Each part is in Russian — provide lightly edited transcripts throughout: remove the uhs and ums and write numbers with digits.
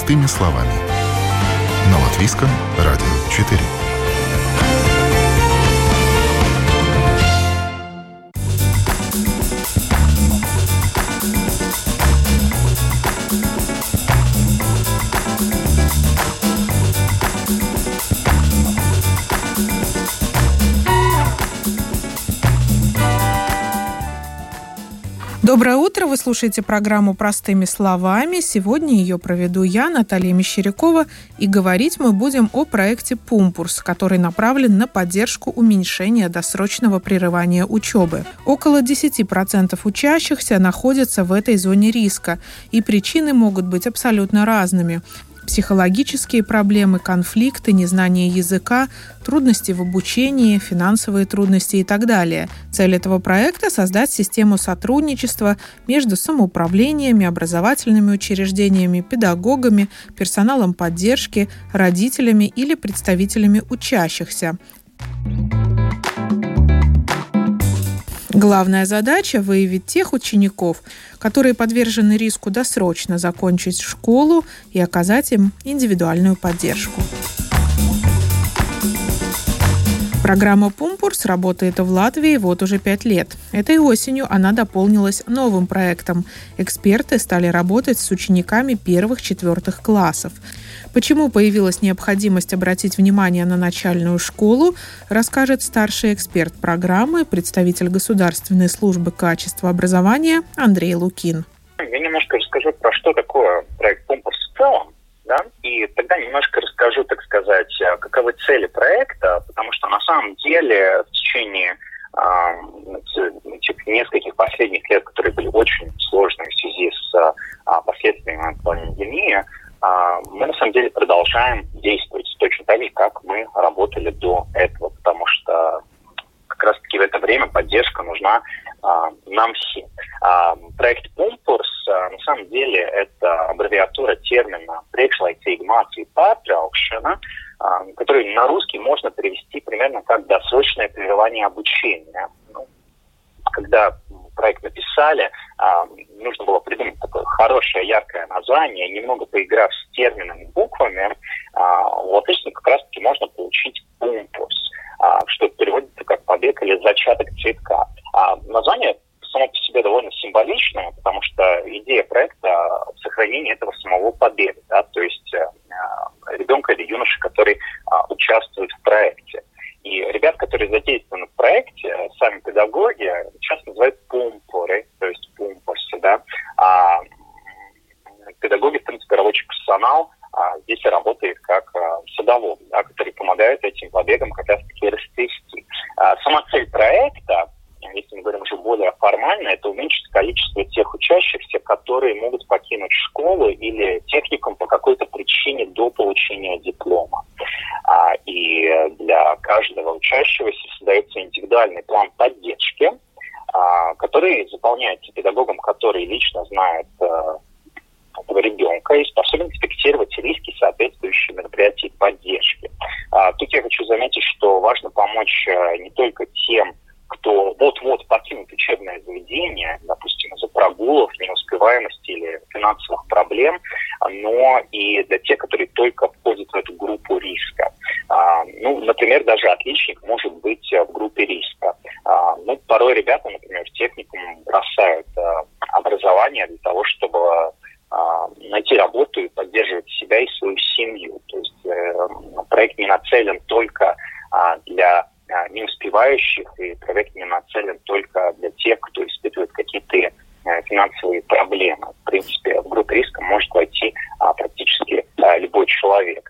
Простыми словами. На Латвийском радио 4. Доброе утро! Вы слушаете программу «Простыми словами». Сегодня ее проведу я, Наталья Мещерякова, и говорить мы будем о проекте «Пумпурс», который направлен на поддержку уменьшения досрочного прерывания учебы. Около 10% учащихся находятся в этой зоне риска, и причины могут быть абсолютно разными. Психологические проблемы, конфликты, незнание языка, трудности в обучении, финансовые трудности и так далее. Цель этого проекта – создать систему сотрудничества между самоуправлениями, образовательными учреждениями, педагогами, персоналом поддержки, родителями или представителями учащихся. Главная задача – выявить тех учеников, которые подвержены риску досрочно закончить школу, и оказать им индивидуальную поддержку. Программа «Пумпурс» работает в Латвии вот уже 5 лет. Этой осенью она дополнилась новым проектом. Эксперты стали работать с учениками 1-4 классов. Почему появилась необходимость обратить внимание на начальную школу, расскажет старший эксперт программы, представитель Государственной службы качества образования Андрей Лукин. Я немножко расскажу, про что такое проект «Пумпурс» в целом, да? И тогда немножко расскажу, так сказать, каковы цели проекта, потому что на самом деле в течение нескольких последних лет, которые были очень сложными в связи с последствиями пандемии, мы на самом деле продолжаем действовать точно так же, как мы работали до этого, потому что как раз-таки в это время поддержка нужна нам всем. Проект «Пумпурс» на самом деле это аббревиатура термина «priekšlaicīga mācību pārtraukšana», который на русский можно перевести примерно как «досрочное прерывание обучения». Когда проект написали, нужно было придумать такое хорошее, яркое название. Немного поиграв с терминами, буквами, в латышском как раз-таки можно получить «пумпурс», что переводится как «побег» или «зачаток цветка». Название само по себе довольно символичное, потому что идея проекта в сохранении этого самого побега, да, то есть ребенка или юноши, который участвует в проекте. И ребят, которые задействованы в проекте, сами педагоги часто называют пумпуры, то есть пумпурсы, да. А педагоги, в принципе, рабочий персонал здесь работает как садовод, да, который помогает этим побегам как раз-таки расцвести. Сама цель проекта, если мы говорим уже более формально, это уменьшить количество тех учащихся, которые могут покинуть школу или техникум по какой-то причине до получения диплома. И для каждого учащегося создается индивидуальный план поддержки, который заполняется педагогом, который лично знает этого ребенка и способен детектировать риски, соответствующие мероприятий поддержки. Тут я хочу заметить, что важно помочь не только тем, кто вот-вот покинут учебное заведение, допустим, из-за прогулов, неуспеваемости или финансовых проблем, но и для тех, которые только входят в эту группу риска. Например, даже отличник может быть в группе риска. Порой ребята, например, в техникум бросают образование для того, чтобы найти работу и поддерживать себя и свою семью. То есть проект не нацелен только для не успевающих, и проект не нацелен только для тех, кто испытывает какие-то финансовые проблемы. В принципе, в группу риска может войти практически любой человек.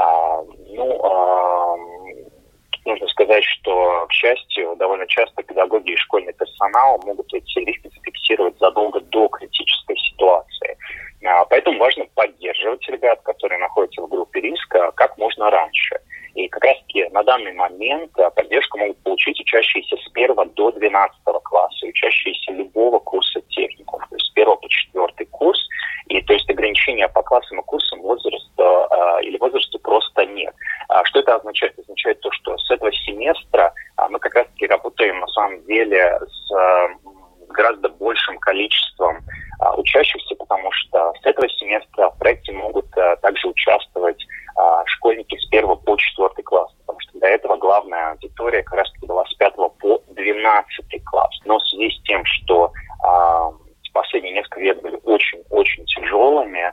Нужно сказать, что, к счастью, довольно часто педагоги и школьный персонал могут эти риски зафиксировать задолго до критической ситуации. Поэтому важно поддерживать ребят, которые находятся в группе риска, как можно раньше. И как раз-таки на данный момент поддержку могут получить учащиеся с 1 до 12 класса, учащиеся любого курса техникума, то есть с 1 по 4 курс. И то есть ограничения по классам и курсам возрасту просто нет. Что это означает? Означает то, что с этого семестра мы как раз-таки работаем на самом деле с гораздо большим количеством учащихся, потому что с этого семестра в проекте могут также участвовать школьники с 1 по 4 класс, потому что до этого главная аудитория как раз-таки была с 5 по 12 класс. Но в связи с тем, что последние несколько лет были очень-очень тяжелыми,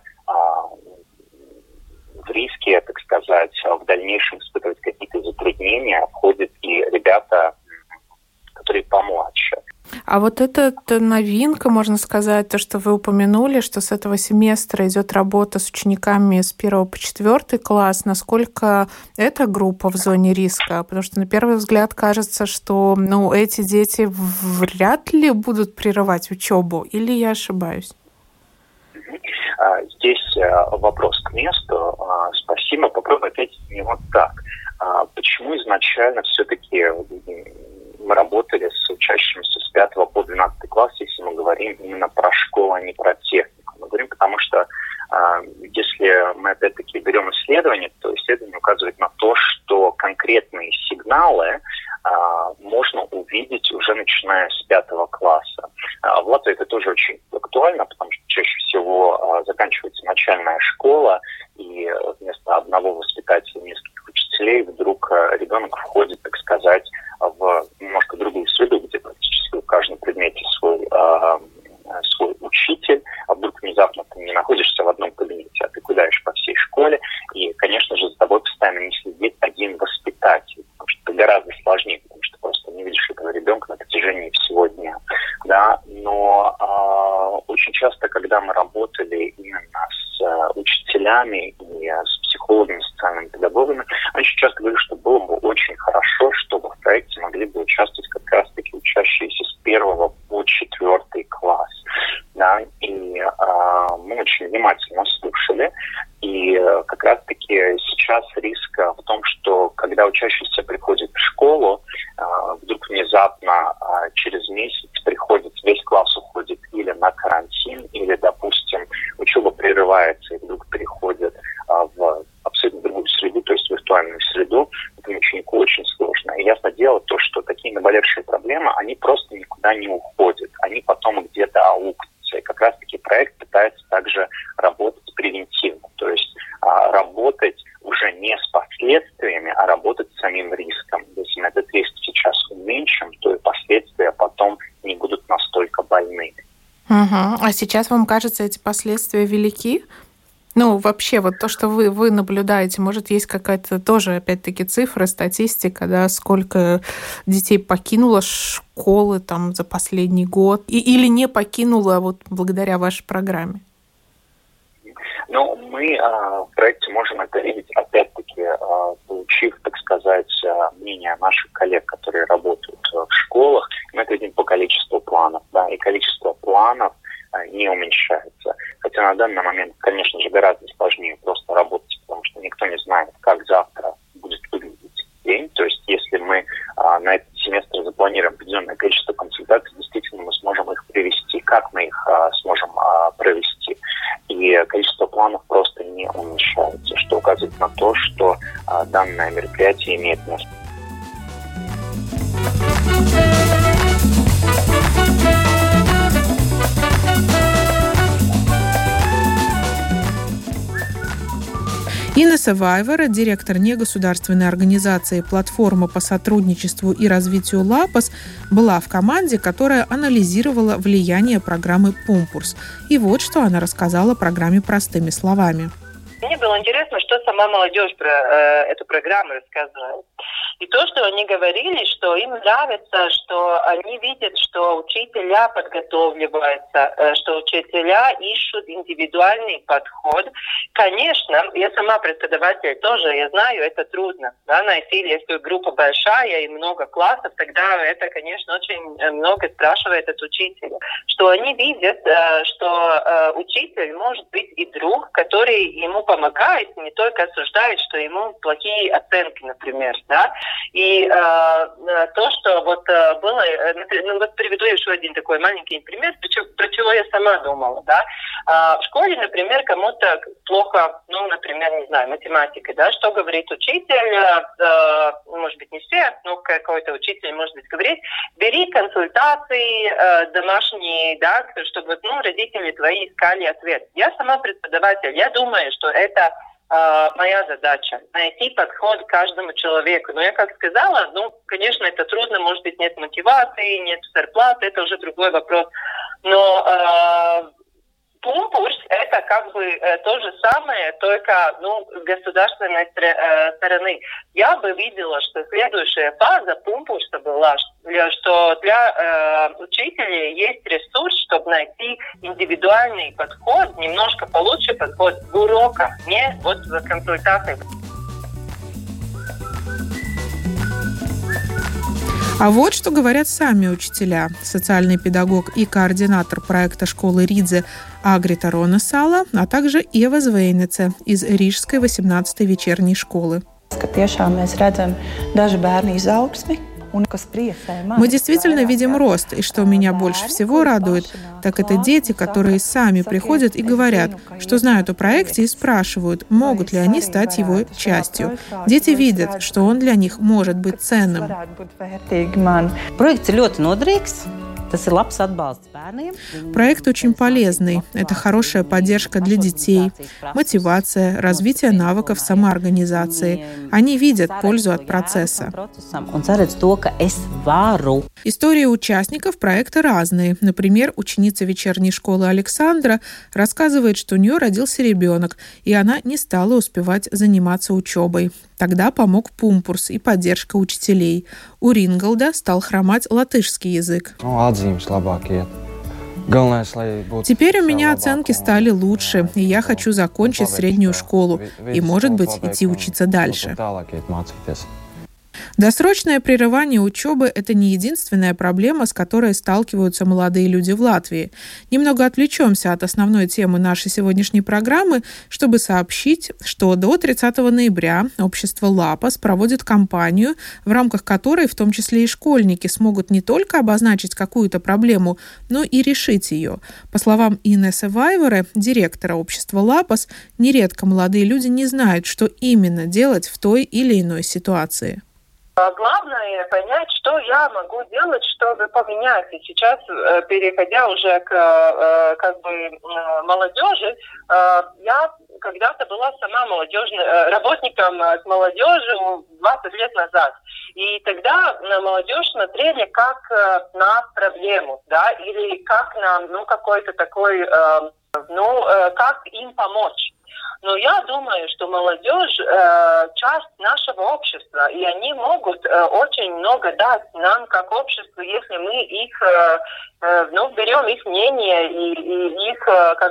в риске, так сказать, в дальнейшем испытывать какие-то затруднения входят и ребята, которые помладше. А вот это новинка, можно сказать, то, что вы упомянули, что с этого семестра идет работа с учениками с 1 по 4 класс. Насколько эта группа в зоне риска? Потому что на первый взгляд кажется, что эти дети вряд ли будут прерывать учебу. Или я ошибаюсь? Здесь вопрос к месту. Спасибо. Попробую ответить на него так. Почему изначально все-таки мы работали с учащимися с 5 по 12 класс, если мы говорим именно про школу, а не про технику? Мы говорим, потому что если мы опять-таки берем исследование, то исследование указывает на то, что конкретные сигналы можно увидеть уже начиная с 5 класса. В Латвии это тоже очень актуально, потому что чаще всего заканчивается начальная школа, и вместо одного воспитателя, нескольких учителей, вдруг ребенок входит, так сказать, в немножко другую среду, где практически в каждом предмете свой учитель, а вдруг внезапно ты не находишься в одном кабинете, а ты гуляешь по всей школе, и, конечно же, за тобой постоянно не следит один воспитатель, потому что это гораздо сложнее, потому что просто не видишь этого ребенка на протяжении всего дня. Да? Но очень часто, когда мы работали именно с учителями и с психологами, социальными педагогами, они очень часто говорили, что было бы очень хорошо, чтобы в проекте могли бы участвовать как раз-таки учащиеся с 1 по 4 класс. Да? И мы очень внимательно слушали. И как раз-таки сейчас риск в том, что когда учащийся приходит в школу, вдруг внезапно через месяц приходит, весь класс уходит или на карантин, или, допустим, учеба прерывается и вдруг переходит в абсолютно другую среду, то есть виртуальную среду, этому ученику очень сложно. И ясно дело то, что такие наболевшие проблемы, они просто никуда не уходят, они потом где-то аукнутся. И как раз-таки проект пытается также работать превентивно, то есть работать уже не с последствиями, а работать с самим риском. Если мы этот риск сейчас уменьшим, то и последствия потом не будут настолько больными. Угу. А сейчас, вам кажется, эти последствия велики? Вообще, вот то, что вы наблюдаете, может, есть какая-то тоже, опять-таки, цифра, статистика, да, сколько детей покинуло школы там за последний год, или не покинуло вот благодаря вашей программе? Мы в проекте можем это видеть, опять-таки, получив, так сказать, мнение наших коллег, которые работают в школах. Мы это видим по количеству планов, да, и количество планов не уменьшается. Хотя на данный момент, конечно же, гораздо сложнее просто работать, потому что никто не знает, как завтра будет выглядеть день. То есть если мы на этот семестр запланируем определенное количество консультаций, действительно мы сможем их привести. Как мы их сможем провести? И количество планов просто не уменьшается, что указывает на то, что данное мероприятие имеет место. Инесса Вайвера, директор негосударственной организации «Платформа по сотрудничеству и развитию ЛАПОС», была в команде, которая анализировала влияние программы «Пумпурс». И вот что она рассказала о программе простыми словами. Мне было интересно, что сама молодежь про эту программу рассказывает. И то, что они говорили, что им нравится, что они видят, что учителя подготавливаются, что учителя ищут индивидуальный подход. Конечно, я сама преподаватель тоже, я знаю, это трудно. Да, если группа большая и много классов, тогда это, конечно, очень много спрашивает от учителя. Что они видят, что учитель может быть и друг, который ему помогает, не только осуждает, что ему плохие оценки, например, да, И то, что вот было, вот приведу еще один такой маленький пример, про чего я сама думала, да. В школе, например, кому-то плохо, например, не знаю, математикой, да, что говорит учитель, может быть, не все, но какой-то учитель, может быть, говорит, бери консультации домашние, да, чтобы, родители твои искали ответ. Я сама преподаватель, я думаю, что это моя задача – найти подход к каждому человеку. Но я как сказала, конечно, это трудно, может быть, нет мотивации, нет зарплаты, это уже другой вопрос. Но Пумпурс – это как бы то же самое, только с государственной стороны. Я бы видела, что следующая фаза Пумпурса была, что для учителей есть ресурс, чтобы найти индивидуальный подход, немножко получше подход в уроках, не вот в консультациях. А вот что говорят сами учителя. Социальный педагог и координатор проекта школы Ридзе Агрита Ронасала, а также Ева Звейнице из Рижской 18-й вечерней школы. Мы действительно видим рост, и что меня больше всего радует, так это дети, которые сами приходят и говорят, что знают о проекте и спрашивают, могут ли они стать его частью. Дети видят, что он для них может быть ценным. Проект очень полезный. Это хорошая поддержка для детей, мотивация, развитие навыков самоорганизации. Они видят пользу от процесса. Истории участников проекта разные. Например, ученица вечерней школы Александра рассказывает, что у нее родился ребенок, и она не стала успевать заниматься учебой. Тогда помог Пумпурс и поддержка учителей. У Ринголда стал хромать латышский язык. Теперь у меня оценки стали лучше, и я хочу закончить среднюю школу и, может быть, идти учиться дальше. Досрочное прерывание учебы – это не единственная проблема, с которой сталкиваются молодые люди в Латвии. Немного отвлечемся от основной темы нашей сегодняшней программы, чтобы сообщить, что до 30 ноября общество «Лапас» проводит кампанию, в рамках которой в том числе и школьники смогут не только обозначить какую-то проблему, но и решить ее. По словам Инессы Вайвере, директора общества «Лапас», нередко молодые люди не знают, что именно делать в той или иной ситуации. Главное понять, что я могу делать, чтобы поменять. И сейчас, переходя уже к молодежи, я когда-то была сама работником с молодежью 20 лет назад. И тогда на молодежь смотрели как на проблему, да, или как на какой-то такой, как им помочь. Но я думаю, что молодежь часть нашего общества, и они могут очень много дать нам как обществу, если мы их берем их мнение и их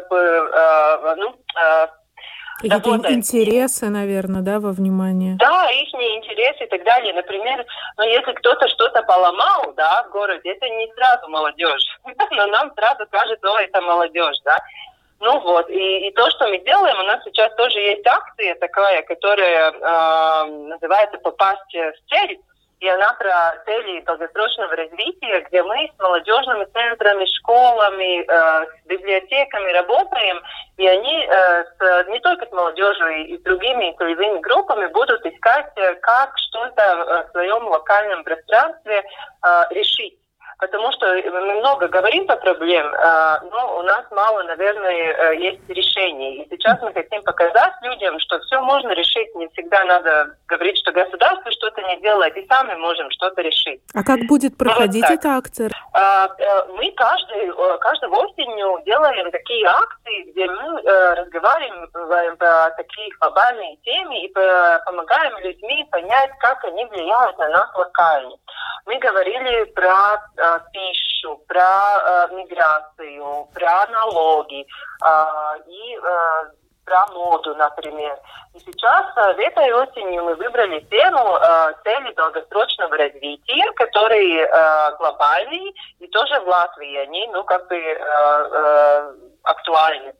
какие-то интересы, наверное, да, во внимание? Да, их интересы и так далее. Например, если кто-то что-то поломал, да, в городе, это не сразу молодежь. Но нам сразу кажется, это молодежь, да. И то, что мы делаем, у нас сейчас тоже есть акция такая, которая называется «Попасть в цель», и она про цели долгосрочного развития, где мы с молодежными центрами, школами, с библиотеками работаем, и они не только с молодежью и с другими целевыми группами будут искать, как что-то в своем локальном пространстве решить. Потому что мы много говорим о проблемах, но у нас мало, наверное, есть решений. И сейчас мы хотим показать людям, что все можно решить. Не всегда надо говорить, что государство что-то не делает, и сами можем что-то решить. А как будет проходить эта акция? Мы каждую осенью делаем такие акции, где мы разговариваем по таких глобальных темах и помогаем людям понять, как они влияют на нас локально. Мы говорили про пищу, про миграцию, про налоги и про моду, например. И сейчас в этой осенью мы выбрали тему цели долгосрочного развития, которые глобальные и тоже в Латвии они, актуальны.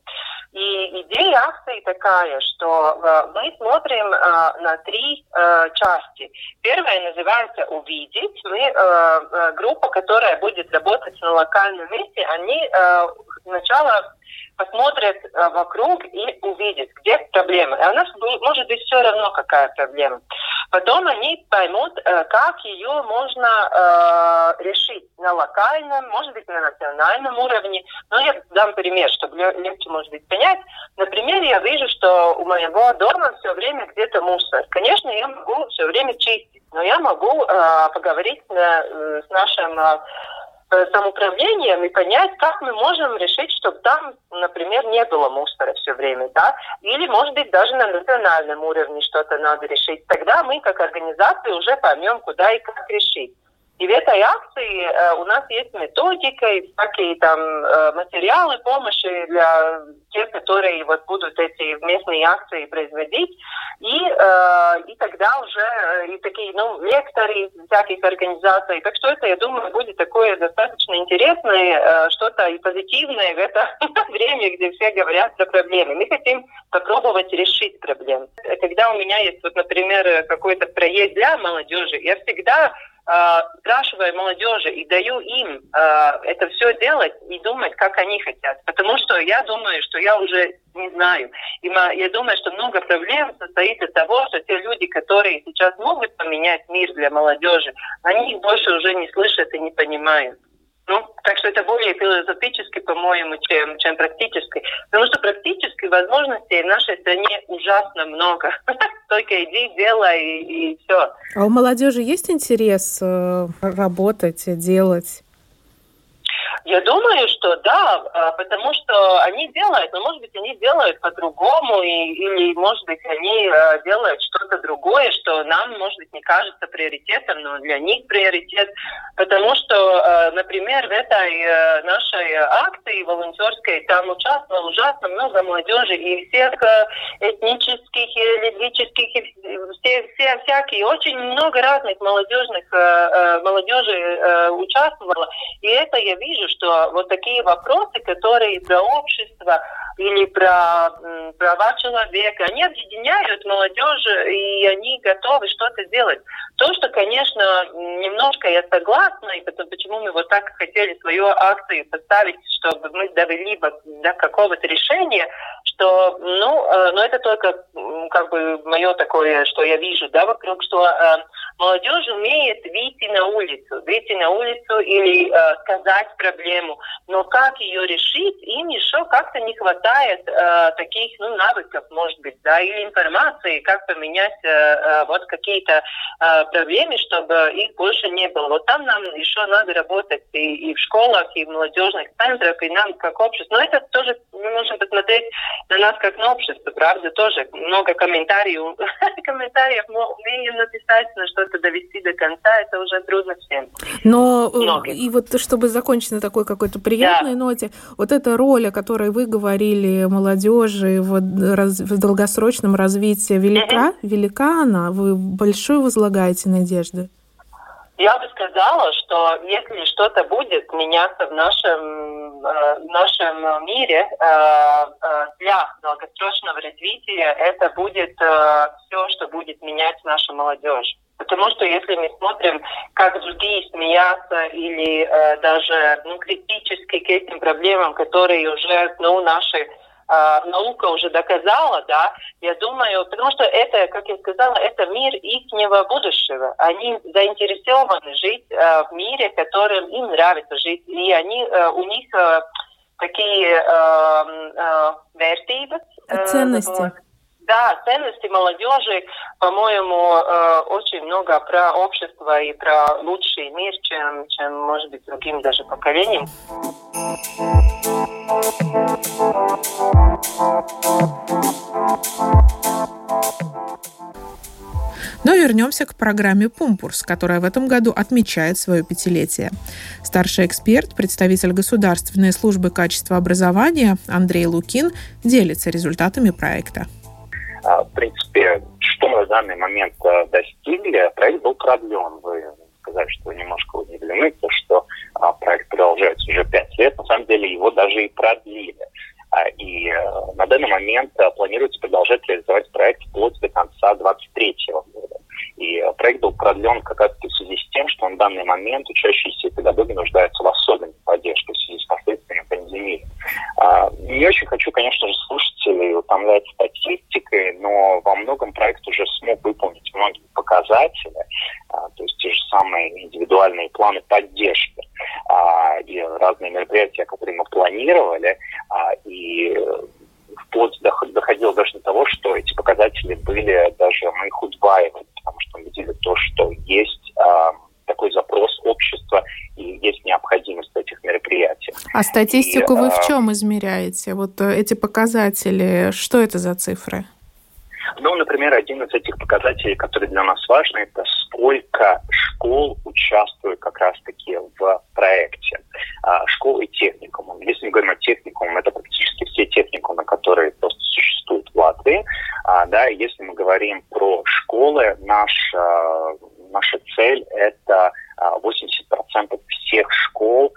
И идея акции такая, что мы смотрим на 3 части. Первая называется «Увидеть». Мы, группа, которая будет работать на локальном месте, они сначала посмотрят вокруг и увидят, где проблема. И у нас может быть все равно, какая проблема. Потом они поймут, как ее можно решить на локальном, может быть, на национальном уровне. Но я дам пример, чтобы легче, может быть, понять. Например, я вижу, что у моего дома все время где-то мусор. Конечно, я могу все время чистить, но я могу поговорить с нашим самоуправлением и понять, как мы можем решить, чтобы там, например, не было мусора все время, да? Или, может быть, даже на национальном уровне что-то надо решить. Тогда мы, как организация, уже поймем, куда и как решить. И в этой акции у нас есть методика и всякие там материалы помощи для тех, которые вот будут эти местные акции производить. И тогда уже и такие, лекторы из всяких организаций. Так что это, я думаю, будет такое достаточно интересное, что-то и позитивное в это время, где все говорят про проблемы. Мы хотим попробовать решить проблемы. Когда у меня есть, вот, например, какой-то проект для молодежи, я всегда спрашиваю молодежи и даю им это все делать и думать, как они хотят. Потому что я думаю, что я уже не знаю. И я думаю, что много проблем состоит из того, что те люди, которые сейчас могут поменять мир для молодежи, они их больше уже не слышат и не понимают. Так что это более философически, по-моему, чем практически. Потому что практически возможностей в нашей стране ужасно много. Только иди, делай и все. А у молодежи есть интерес работать, делать? Я думаю, что да, потому что они делают, но, может быть, они делают по-другому, или, может быть, они делают что-то другое, что нам, может быть, не кажется приоритетом, но для них приоритет. Потому что, например, в этой нашей акции волонтерской там участвовало ужасно много молодежи и всех этнических, и лесбических, и всякие, очень много разных молодежи участвовало. И это я вижу, что вот такие вопросы, которые про общество или про права человека, они объединяют молодежь, и они готовы что-то делать. То, что, конечно, немножко я согласна, и почему мы вот так хотели свою акцию поставить, чтобы мы довели до какого-то решения, что, но это только как бы мое такое, что я вижу, да, вокруг, что молодежь умеет выйти на улицу или сказать проблему, но как ее решить, им еще как-то не хватает таких, навыков, может быть, да, или информации, как поменять вот какие-то проблемы, чтобы их больше не было. Вот там нам еще надо работать и в школах, и в молодежных центрах, и нам как общество. Но это тоже мы можем посмотреть на нас как на общество, правда, тоже много комментариев умеем написать, но что-то довести до конца, это уже трудно всем. Но и вот чтобы закончить на такой какой-то приятной ноте, вот эта роль, о которой вы говорили, молодежи в долгосрочном развитии велика она? Вы большую возлагаете надежды? Я бы сказала, что если что-то будет меняться в нашем мире для долгосрочного развития, это будет все, что будет менять нашу молодежь. Потому что если мы смотрим, как другие смеются или даже критически к этим проблемам, которые уже наши наука уже доказала, да, я думаю, потому что это, как я сказала, это мир ихнего будущего. Они заинтересованы жить в мире, в котором им нравится жить, и у них такие вертības, ценности. Да, ценности молодежи, по-моему, очень много про общество и про лучший мир, чем может быть, другим даже поколениям. Но вернемся к программе «Пумпурс», которая в этом году отмечает свое 5-летие. Старший эксперт, представитель Государственной службы качества образования Андрей Лукин делится результатами проекта. В принципе, что мы в данный момент достигли, проект был продлен. Вы сказали, что вы немножко удивлены, то, что проект продолжается уже 5 лет. На самом деле его даже и продлили. И на как раз-таки в связи с тем, что на данный момент учащиеся педагоги нуждаются в особенной поддержке в связи с последствиями пандемии. Не очень хочу, конечно же, слушателей утомлять статистикой, но во многом проект уже смог выполнить многие показатели, то есть те же самые индивидуальные планы поддержки и разные мероприятия, которые мы планировали, и вплоть доходило даже до того, что эти показатели были даже, мы их удваивали, потому что мы видели то, что есть такой запрос общества и есть необходимость в этих мероприятиях. А статистику вы в чем измеряете? Вот эти показатели, что это за цифры? Ну, например, один из этих показателей, который для нас важен, это сколько школ участвуют как раз-таки в проекте. Школы и техникумы. Если мы говорим о техникуме, это практически все техникумы, которые просто существуют в Латвии. Да, и если мы говорим про школы, наша цель – это 80% всех школ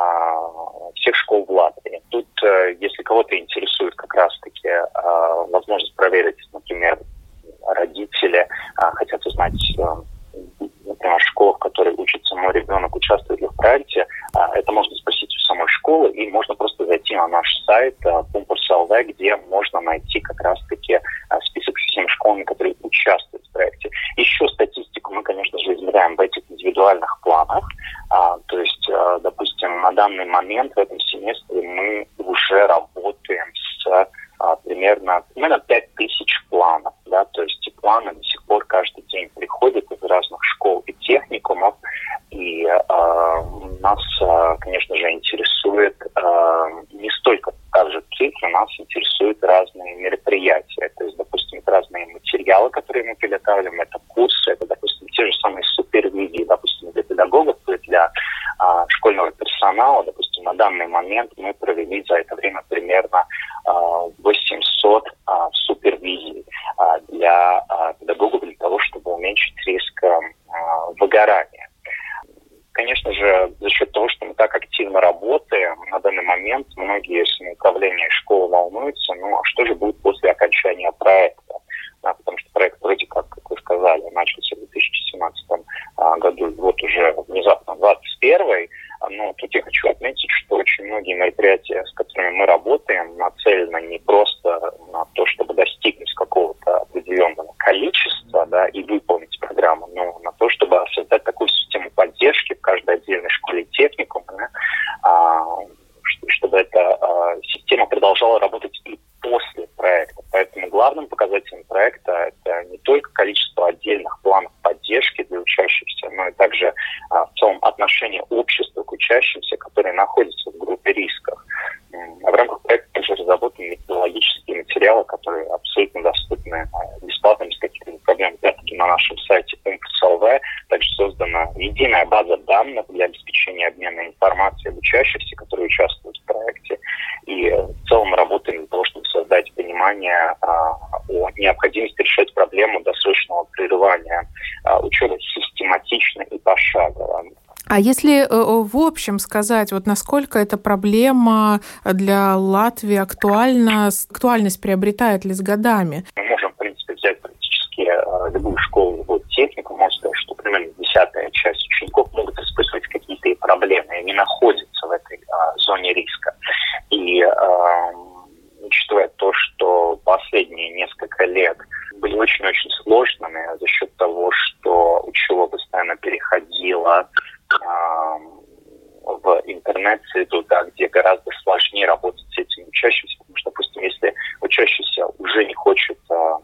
в Латвии. Тут, если кого-то интересует как раз-таки возможность проверить, например, родители хотят узнать, например, школах, в которых учится мой ребенок, участвует ли в проекте, это можно спросить у самой школы, и можно просто зайти на наш сайт Pumpurs.lv, где можно найти как раз-таки список с всеми школами, которые участвуют в проекте. Еще статистику мы, конечно же, измеряем в этих индивидуальных планах. То есть, допустим, на данный момент в этом семестре мы уже работаем с примерно 5000 планов. Да? То есть эти планы до сих пор каждый день приходят из разных школ и техникумов. И нас, конечно же, интересует не столько также цифры, нас интересуют разные мероприятия. То есть, допустим, разные материалы, которые мы приготавливаем, это курсы, это, допустим, те же самые супервизии, допустим, для педагогов, для школьного персонала. Допустим, на данный момент мы провели за это время примерно 800 супервизий для педагогов для того, чтобы уменьшить риск выгорания. Конечно же, за счет того, что мы так активно работаем, на данный момент многие самоуправления школы волнуются, а что же будет после окончания проекта? Да, потому что проект вроде как вы сказали, начался в 2017 году, вот уже внезапно 2021, но тут я хочу отметить, что очень многие мероприятия, с которыми мы работаем, нацелены не просто на то, чтобы достигнуть какого-то определенного количества, да, и выполнить программу, но на то, чтобы создать такую систему поддержки в каждой отдельной школе и техникуме, чтобы эта система продолжала работать и после проекта. Поэтому главным показателем проекта это не только количество отдельных планов поддержки для учащихся, но и также в целом отношение общества к учащимся, которые находятся в группе рисков. В рамках проекта также разработаны методологические материалы, которые абсолютно доступны бесплатно, без каких-либо проблем. Опять-таки на нашем сайте Pumpurs.lv также создана единая база данных для обеспечения обмена информацией об учащихся, которые участвуют в проекте. И в целом работаем для того, чтобы создать понимание о необходимости решать проблему досрочного прерывания учебы систематично и пошагово. А если в общем сказать, вот насколько эта проблема для Латвии актуальна, актуальность приобретает ли с годами? Мы можем, в принципе, взять практически любую школу, любую технику, можно сказать, что примерно 10-я часть учеников могут испытывать какие-то проблемы, и они находятся в этой зоне риска. И учитывая то, что последние несколько лет были очень-очень сложными за счет того, что учеба постоянно переходила в интернет-среду, да, где гораздо сложнее работать с этими учащимися, потому что, допустим, если учащийся уже не хочет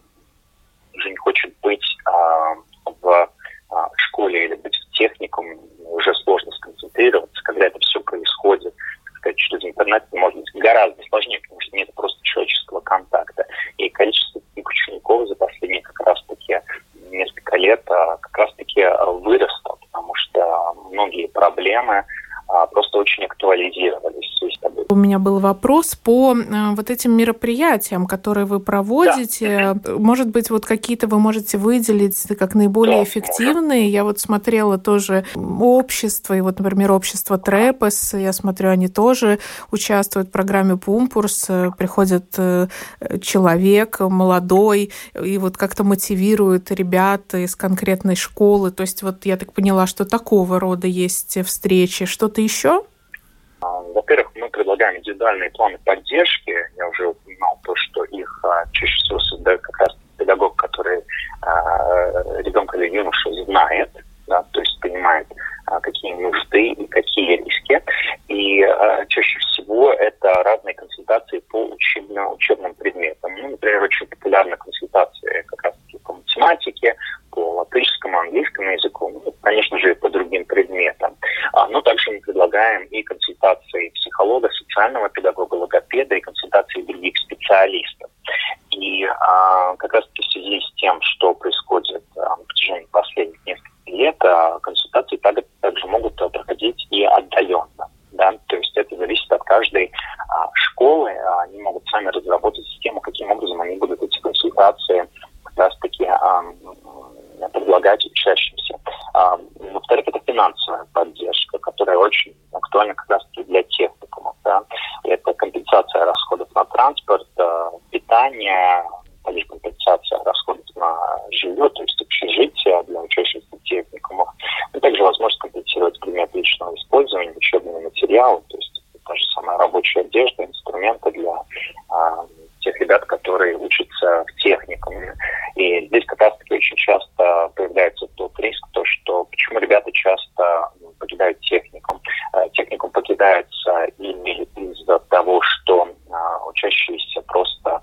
быть в школе или быть в техникуме, уже сложно сконцентрироваться, когда это все происходит, так сказать, через интернет, может быть гораздо сложнее, потому что нет просто человеческого контакта. И количество таких учеников за последние как раз-таки несколько лет как раз-таки выросло, потому что многие проблемы просто очень актуализировались. У меня был вопрос по вот этим мероприятиям, которые вы проводите. Да. Может быть, вот какие-то вы можете выделить как наиболее эффективные. Я вот смотрела тоже общество, и вот, например, общество Трепес, я смотрю, они тоже участвуют в программе «Пумпурс». Приходит человек молодой и вот как-то мотивирует ребят из конкретной школы. То есть вот я так поняла, что такого рода есть встречи. Что-то еще? Во-первых, мы предлагаем индивидуальные планы поддержки. Я уже упоминал то, что их чаще всего создает как раз педагог, который ребенка или юношу знает, да, то есть понимает, какие нужды и какие риски. И чаще всего это разные консультации по учебным предметам. Ну, например, очень популярны консультации как раз-таки по математике, по латышскому, английскому языку, ну, конечно же, и по другим предметам. Но также мы предлагаем и консультации психолога, социального педагога, логопеда, и консультации других специалистов. И как раз-таки в связи с тем, что происходит на протяжении последних нескольких лет, консультации также могут проходить и отдаленно. Да? То есть это зависит от каждой школы. Они могут сами разработать систему, каким образом они будут эти консультации как раз-таки предлагать учащимся. Во-вторых, это финансовая поддержка, которая очень актуальна как раз-таки для техникумов. Да? Это компенсация расходов на транспорт, питание, также компенсация расходов на жилье, то есть общежитие для учащихся техникумов, и также возможность компенсировать предмет личного использования, учебные материалы, то есть та же самая рабочая одежда, инструменты для тех ребят, которые учатся в техникуме. И здесь как раз-таки очень часто появляется тот риск, то, что почему ребята часто покидают техникум. Техникум покидается или из-за того, что учащиеся просто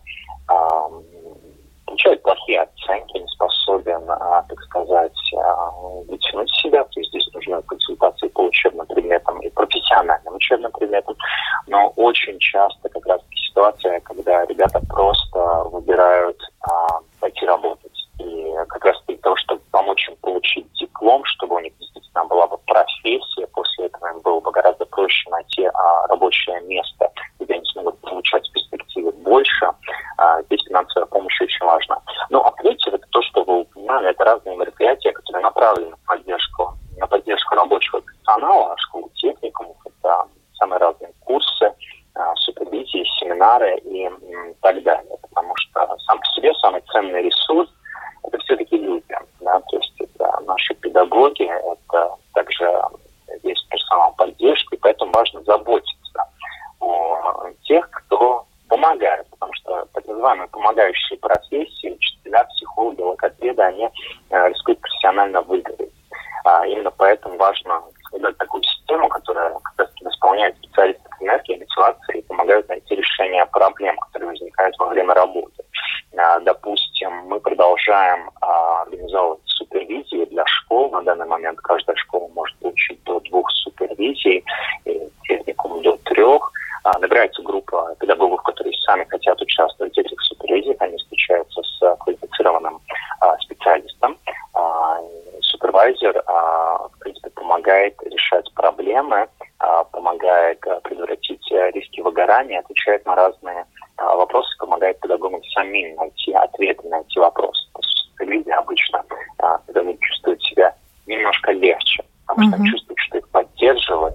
получают плохие оценки, не способен, так сказать, вытянуть себя. То есть здесь нужны консультации по учебным предметам и профессиональным учебным предметам. Но очень часто как раз ситуация, когда ребята просто выбирают пойти работать. И как раз для того, чтобы помочь им получить диплом, чтобы у них действительно была бы профессия, после этого им было бы гораздо проще найти рабочее место, где они смогут получать в перспективе больше. Здесь финансовая помощь очень важна. Ну, а третье, это то, что вы упоминали, это разные мероприятия, которые направлены на поддержку рабочего персонала, школ, техникумов, это самые разные курсы, супервизии, семинары и так далее. Потому что сам по себе самый ценный ресурс – это все-таки люди. Да? То есть это наши педагоги, это также весь персонал поддержки, поэтому важно заботиться о тех, кто помогает. Потому что так называемые помогающие профессии, учителя, психологи, логопеды, они рискуют профессионально выгореть. Именно поэтому важно создать такую систему, которая как раз исполняет специалисты энергии, мотивации и помогают найти решение проблем, которые возникают во время работы. Допустим, мы продолжаем организовывать супервизии для школ. На данный момент каждая школа может получить до 2 супервизий, техникум до 3. Набирается группа педагогов, которые сами хотят участвовать в этих супервизиях. Они встречаются с квалифицированным специалистом. Супервайзер, в принципе, помогает решать проблемы, помогает предотвратить риски выгорания, отвечает на разные вопросы, помогает педагогам самим найти ответы на эти вопросы. Люди обычно педагоги чувствуют себя немножко легче, потому что они чувствуют, что их поддерживают,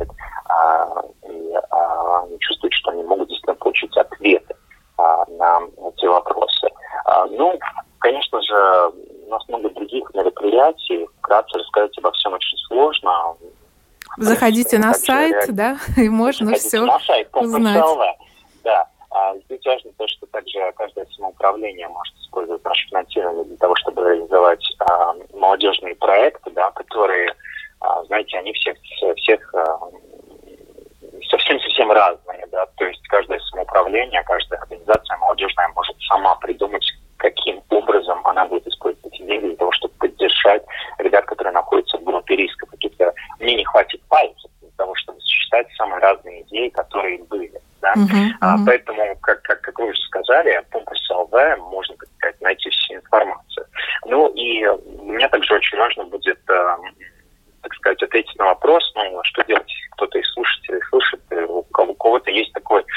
и они чувствуют, что они могут действительно получить ответы на эти вопросы. Ну, конечно же, у нас много других мероприятий. Вкратце рассказать обо всем очень сложно. Заходите на сайт, да, и можно все на сайт, узнать. Да. Здесь важно то, что также каждое самоуправление может использовать наше финансирование для того, чтобы реализовать молодежные проекты, да, которые, знаете, они совсем разные, да, то есть каждое самоуправление, каждая организация молодежная может сама придумать, каким образом она будет использовать эти деньги для того, чтобы поддержать ребят, которые находятся в группе риска. Мне не хватит пальцев для того, чтобы сочетать самые разные идеи, которые были. Да? Поэтому, как вы уже сказали, Пумпурс ЛВ можно, так сказать, найти всю информацию. Ну и мне также очень важно будет, так сказать, ответить на вопрос, что делать, если кто-то из слушателей слышит, у кого-то есть такой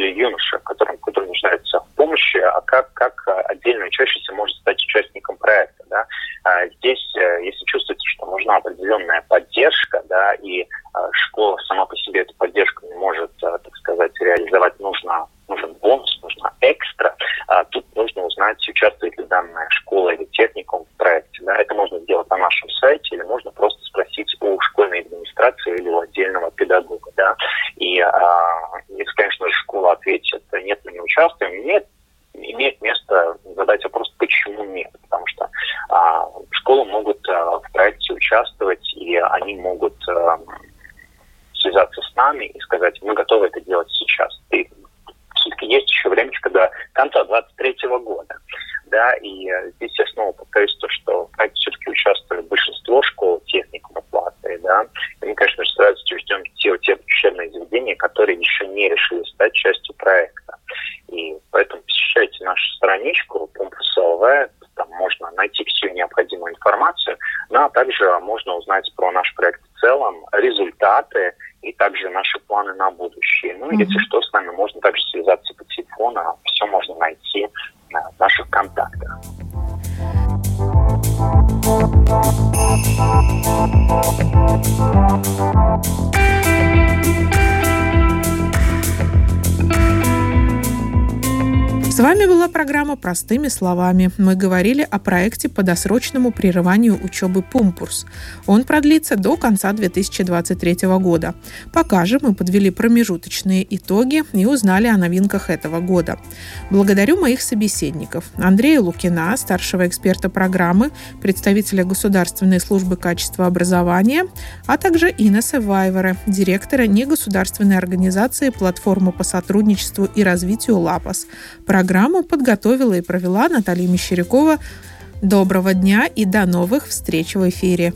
или юноша, который нуждается в помощи, а как отдельно учащийся может стать участником проекта. Да? Здесь, если чувствуете, что нужна определенная поддержка, да, и школа сама по себе эту поддержку не может, так сказать, реализовать, нужен бонус, нужна экстра, тут нужно узнать, участвует ли данная школа или техникум в проекте. Да? Это можно сделать на нашем сайте, или можно просто спросить у школьной администрации или у отдельного педагога. Да? И если, конечно же, школа ответит, нет, мы не участвуем, нет, имеет место задать вопрос, почему нет. Потому что школы могут в проекте участвовать, и они могут связаться с нами и сказать, мы готовы это делать сейчас. И все-таки есть еще времечко до конца 2023 года. Да, и здесь я снова повторюсь то, что в проекте все-таки участвует большинство школ, техникумов Латвии, да. И мы, конечно же, с радостью ждем те учебные заведения, которые еще не решили стать частью проекта. И поэтому посещайте нашу страничку Pumpurs.lv, там можно найти всю необходимую информацию, ну, а также можно узнать про наш проект в целом, результаты и также наши планы на будущее. Ну, если что, с нами можно также связаться по телефону, все можно найти в наших контактах. С вами была программа «Простыми словами». Мы говорили о проекте по досрочному прерыванию учебы «Pumpurs». Он продлится до конца 2023 года. Пока же мы подвели промежуточные итоги и узнали о новинках этого года. Благодарю моих собеседников. Андрея Лукина, старшего эксперта программы, представителя Государственной службы качества образования, а также Инеса Вайвера, директора негосударственной организации «Платформа по сотрудничеству и развитию ЛАПАС». Программу подготовила и провела Наталья Мещерякова. Доброго дня и до новых встреч в эфире.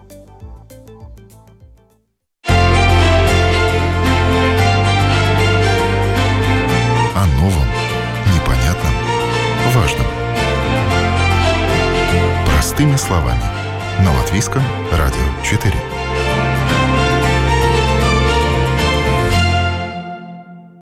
О новом, непонятном, важном. Простыми словами. На Латвийском радио 4.